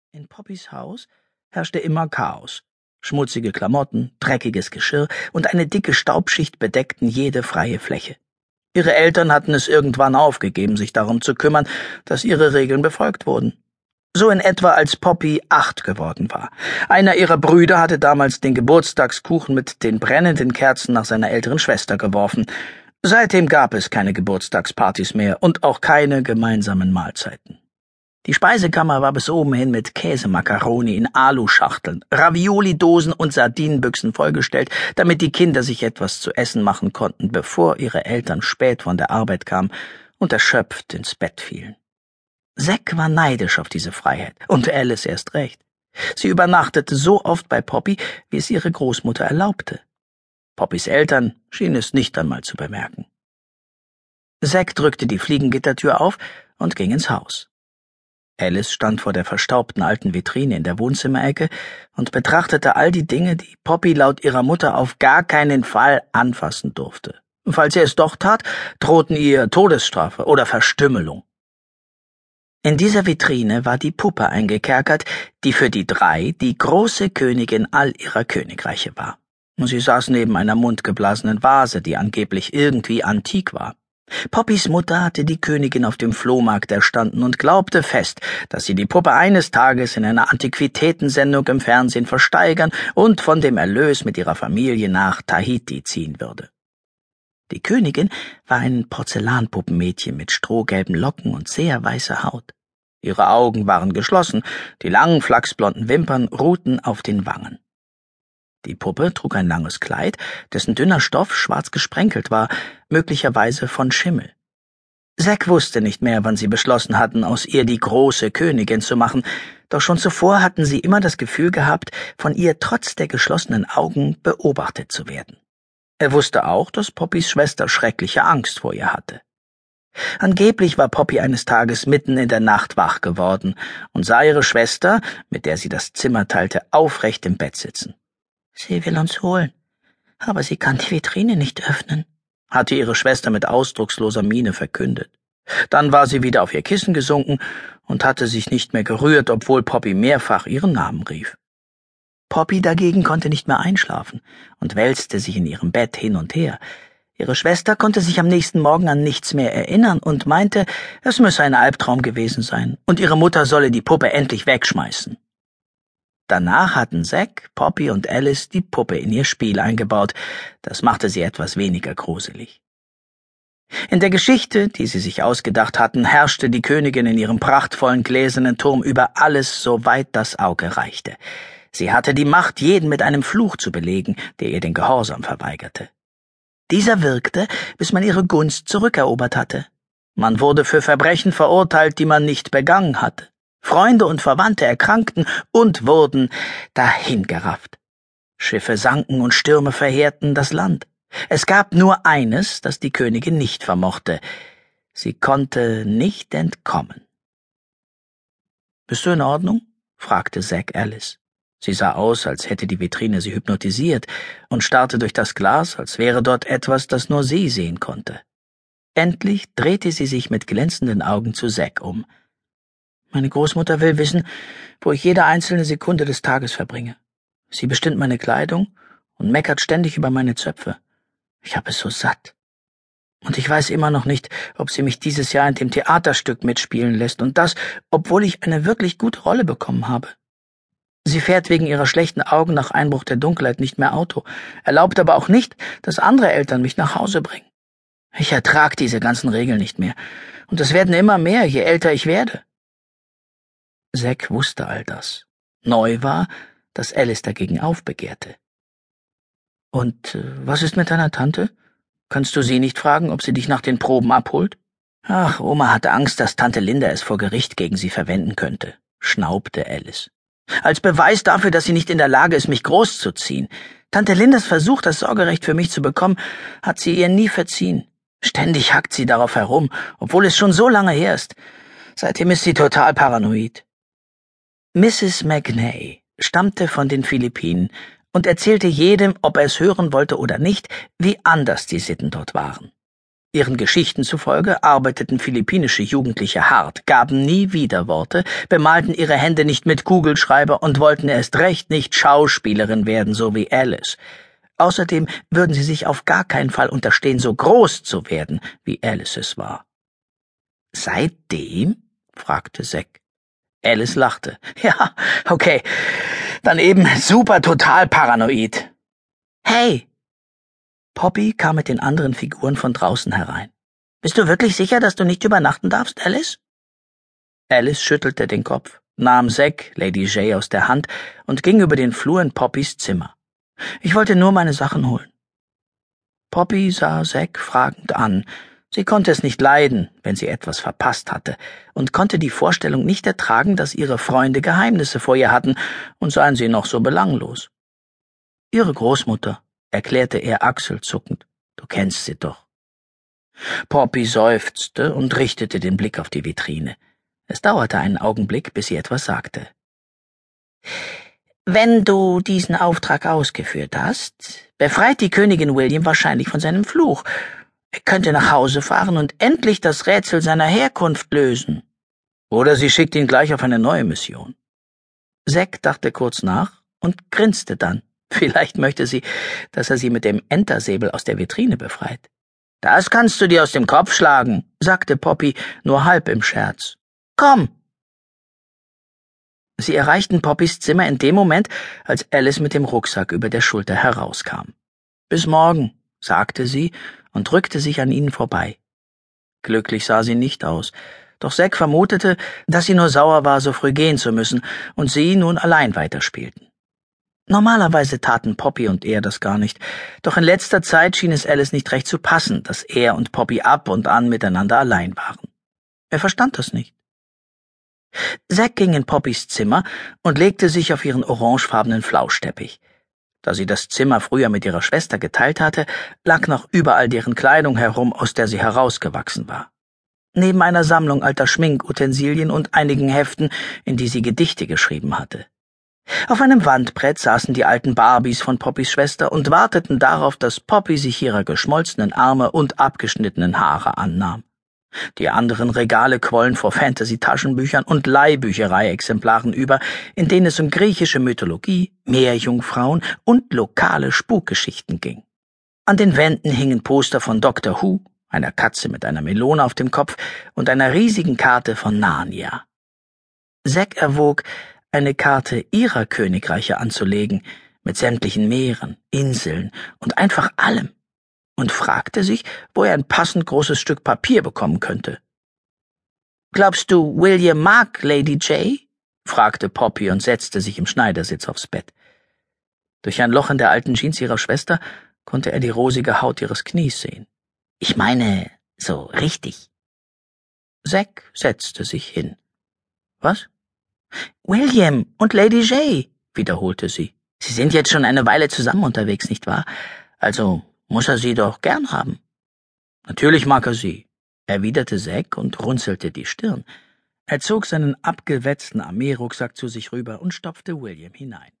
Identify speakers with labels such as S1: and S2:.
S1: In Poppys Haus herrschte immer Chaos. Schmutzige Klamotten, dreckiges Geschirr und eine dicke Staubschicht bedeckten jede freie Fläche. Ihre Eltern hatten es irgendwann aufgegeben, sich darum zu kümmern, dass ihre Regeln befolgt wurden. So in etwa, als Poppy 8 geworden war. Einer ihrer Brüder hatte damals den Geburtstagskuchen mit den brennenden Kerzen nach seiner älteren Schwester geworfen. Seitdem gab es keine Geburtstagspartys mehr und auch keine gemeinsamen Mahlzeiten. Die Speisekammer war bis oben hin mit Käsemakaroni in Aluschachteln, Ravioli-Dosen und Sardinenbüchsen vollgestellt, damit die Kinder sich etwas zu essen machen konnten, bevor ihre Eltern spät von der Arbeit kamen und erschöpft ins Bett fielen. Zack war neidisch auf diese Freiheit, und Alice erst recht. Sie übernachtete so oft bei Poppy, wie es ihre Großmutter erlaubte. Poppys Eltern schienen es nicht einmal zu bemerken. Zack drückte die Fliegengittertür auf und ging ins Haus. Alice stand vor der verstaubten alten Vitrine in der Wohnzimmerecke und betrachtete all die Dinge, die Poppy laut ihrer Mutter auf gar keinen Fall anfassen durfte. Falls sie es doch tat, drohten ihr Todesstrafe oder Verstümmelung. In dieser Vitrine war die Puppe eingekerkert, die für die drei die große Königin all ihrer Königreiche war. Sie saß neben einer mundgeblasenen Vase, die angeblich irgendwie antik war. Poppys Mutter hatte die Königin auf dem Flohmarkt erstanden und glaubte fest, dass sie die Puppe eines Tages in einer Antiquitätensendung im Fernsehen versteigern und von dem Erlös mit ihrer Familie nach Tahiti ziehen würde. Die Königin war ein Porzellanpuppenmädchen mit strohgelben Locken und sehr weißer Haut. Ihre Augen waren geschlossen, die langen flachsblonden Wimpern ruhten auf den Wangen. Die Puppe trug ein langes Kleid, dessen dünner Stoff schwarz gesprenkelt war, möglicherweise von Schimmel. Zack wusste nicht mehr, wann sie beschlossen hatten, aus ihr die große Königin zu machen, doch schon zuvor hatten sie immer das Gefühl gehabt, von ihr trotz der geschlossenen Augen beobachtet zu werden. Er wusste auch, dass Poppys Schwester schreckliche Angst vor ihr hatte. Angeblich war Poppy eines Tages mitten in der Nacht wach geworden und sah ihre Schwester, mit der sie das Zimmer teilte, aufrecht im Bett sitzen. »Sie will uns holen, aber sie kann die Vitrine nicht öffnen«, hatte ihre Schwester mit ausdrucksloser Miene verkündet. Dann war sie wieder auf ihr Kissen gesunken und hatte sich nicht mehr gerührt, obwohl Poppy mehrfach ihren Namen rief. Poppy dagegen konnte nicht mehr einschlafen und wälzte sich in ihrem Bett hin und her. Ihre Schwester konnte sich am nächsten Morgen an nichts mehr erinnern und meinte, es müsse ein Albtraum gewesen sein und ihre Mutter solle die Puppe endlich wegschmeißen. Danach hatten Zack, Poppy und Alice die Puppe in ihr Spiel eingebaut. Das machte sie etwas weniger gruselig. In der Geschichte, die sie sich ausgedacht hatten, herrschte die Königin in ihrem prachtvollen gläsernen Turm über alles, soweit das Auge reichte. Sie hatte die Macht, jeden mit einem Fluch zu belegen, der ihr den Gehorsam verweigerte. Dieser wirkte, bis man ihre Gunst zurückerobert hatte. Man wurde für Verbrechen verurteilt, die man nicht begangen hatte. Freunde und Verwandte erkrankten und wurden dahingerafft. Schiffe sanken und Stürme verheerten das Land. Es gab nur eines, das die Königin nicht vermochte. Sie konnte nicht entkommen. »Bist du in Ordnung?« fragte Zack Alice. Sie sah aus, als hätte die Vitrine sie hypnotisiert und starrte durch das Glas, als wäre dort etwas, das nur sie sehen konnte. Endlich drehte sie sich mit glänzenden Augen zu Zack um. »Meine Großmutter will wissen, wo ich jede einzelne Sekunde des Tages verbringe. Sie bestimmt meine Kleidung und meckert ständig über meine Zöpfe. Ich habe es so satt. Und ich weiß immer noch nicht, ob sie mich dieses Jahr in dem Theaterstück mitspielen lässt, und das, obwohl ich eine wirklich gute Rolle bekommen habe. Sie fährt wegen ihrer schlechten Augen nach Einbruch der Dunkelheit nicht mehr Auto, erlaubt aber auch nicht, dass andere Eltern mich nach Hause bringen. Ich ertrag diese ganzen Regeln nicht mehr, und es werden immer mehr, je älter ich werde.« Zack wusste all das. Neu war, dass Alice dagegen aufbegehrte. »Und was ist mit deiner Tante? Kannst du sie nicht fragen, ob sie dich nach den Proben abholt?« »Ach, Oma hatte Angst, dass Tante Linda es vor Gericht gegen sie verwenden könnte«, schnaubte Alice. »Als Beweis dafür, dass sie nicht in der Lage ist, mich großzuziehen. Tante Lindas Versuch, das Sorgerecht für mich zu bekommen, hat sie ihr nie verziehen. Ständig hackt sie darauf herum, obwohl es schon so lange her ist. Seitdem ist sie total paranoid.« Mrs. McNay stammte von den Philippinen und erzählte jedem, ob er es hören wollte oder nicht, wie anders die Sitten dort waren. Ihren Geschichten zufolge arbeiteten philippinische Jugendliche hart, gaben nie Widerworte, bemalten ihre Hände nicht mit Kugelschreiber und wollten erst recht nicht Schauspielerin werden, so wie Alice. Außerdem würden sie sich auf gar keinen Fall unterstehen, so groß zu werden, wie Alice es war. »Seitdem?« fragte Zack. Alice lachte. »Ja, okay, dann eben super total paranoid.« »Hey!« Poppy kam mit den anderen Figuren von draußen herein. »Bist du wirklich sicher, dass du nicht übernachten darfst, Alice?« Alice schüttelte den Kopf, nahm Zack, Lady J, aus der Hand und ging über den Flur in Poppys Zimmer. »Ich wollte nur meine Sachen holen.« Poppy sah Zack fragend an. Sie konnte es nicht leiden, wenn sie etwas verpasst hatte, und konnte die Vorstellung nicht ertragen, dass ihre Freunde Geheimnisse vor ihr hatten, und seien sie noch so belanglos. »Ihre Großmutter«, erklärte er achselzuckend. »Du kennst sie doch.« Poppy seufzte und richtete den Blick auf die Vitrine. Es dauerte einen Augenblick, bis sie etwas sagte. »Wenn du diesen Auftrag ausgeführt hast, befreit die Königin William wahrscheinlich von seinem Fluch. Er könnte nach Hause fahren und endlich das Rätsel seiner Herkunft lösen. Oder sie schickt ihn gleich auf eine neue Mission.« Zack dachte kurz nach und grinste dann. Vielleicht möchte sie, dass er sie mit dem Entersäbel aus der Vitrine befreit. »Das kannst du dir aus dem Kopf schlagen«, sagte Poppy, nur halb im Scherz. »Komm!« Sie erreichten Poppys Zimmer in dem Moment, als Alice mit dem Rucksack über der Schulter herauskam. »Bis morgen«, sagte sie und rückte sich an ihnen vorbei. Glücklich sah sie nicht aus, doch Zack vermutete, dass sie nur sauer war, so früh gehen zu müssen, und sie nun allein weiterspielten. Normalerweise taten Poppy und er das gar nicht, doch in letzter Zeit schien es Alice nicht recht zu passen, dass er und Poppy ab und an miteinander allein waren. Er verstand das nicht. Zack ging in Poppys Zimmer und legte sich auf ihren orangefarbenen Flauschteppich. Da sie das Zimmer früher mit ihrer Schwester geteilt hatte, lag noch überall deren Kleidung herum, aus der sie herausgewachsen war. Neben einer Sammlung alter Schminkutensilien und einigen Heften, in die sie Gedichte geschrieben hatte. Auf einem Wandbrett saßen die alten Barbies von Poppys Schwester und warteten darauf, dass Poppy sich ihrer geschmolzenen Arme und abgeschnittenen Haare annahm. Die anderen Regale quollen vor Fantasy-Taschenbüchern und Leihbücherei-Exemplaren über, in denen es um griechische Mythologie, Meerjungfrauen und lokale Spukgeschichten ging. An den Wänden hingen Poster von Dr. Who, einer Katze mit einer Melone auf dem Kopf und einer riesigen Karte von Narnia. Zack erwog, eine Karte ihrer Königreiche anzulegen, mit sämtlichen Meeren, Inseln und einfach allem, und fragte sich, wo er ein passend großes Stück Papier bekommen könnte. »Glaubst du, William mag Lady J?« fragte Poppy und setzte sich im Schneidersitz aufs Bett. Durch ein Loch in der alten Jeans ihrer Schwester konnte er die rosige Haut ihres Knies sehen. »Ich meine, so richtig.« Zack setzte sich hin. »Was?« »William und Lady J«, wiederholte sie. »Sie sind jetzt schon eine Weile zusammen unterwegs, nicht wahr? Also muss er sie doch gern haben.« »Natürlich mag er sie«, erwiderte Zack und runzelte die Stirn. Er zog seinen abgewetzten Armeerucksack zu sich rüber und stopfte William hinein.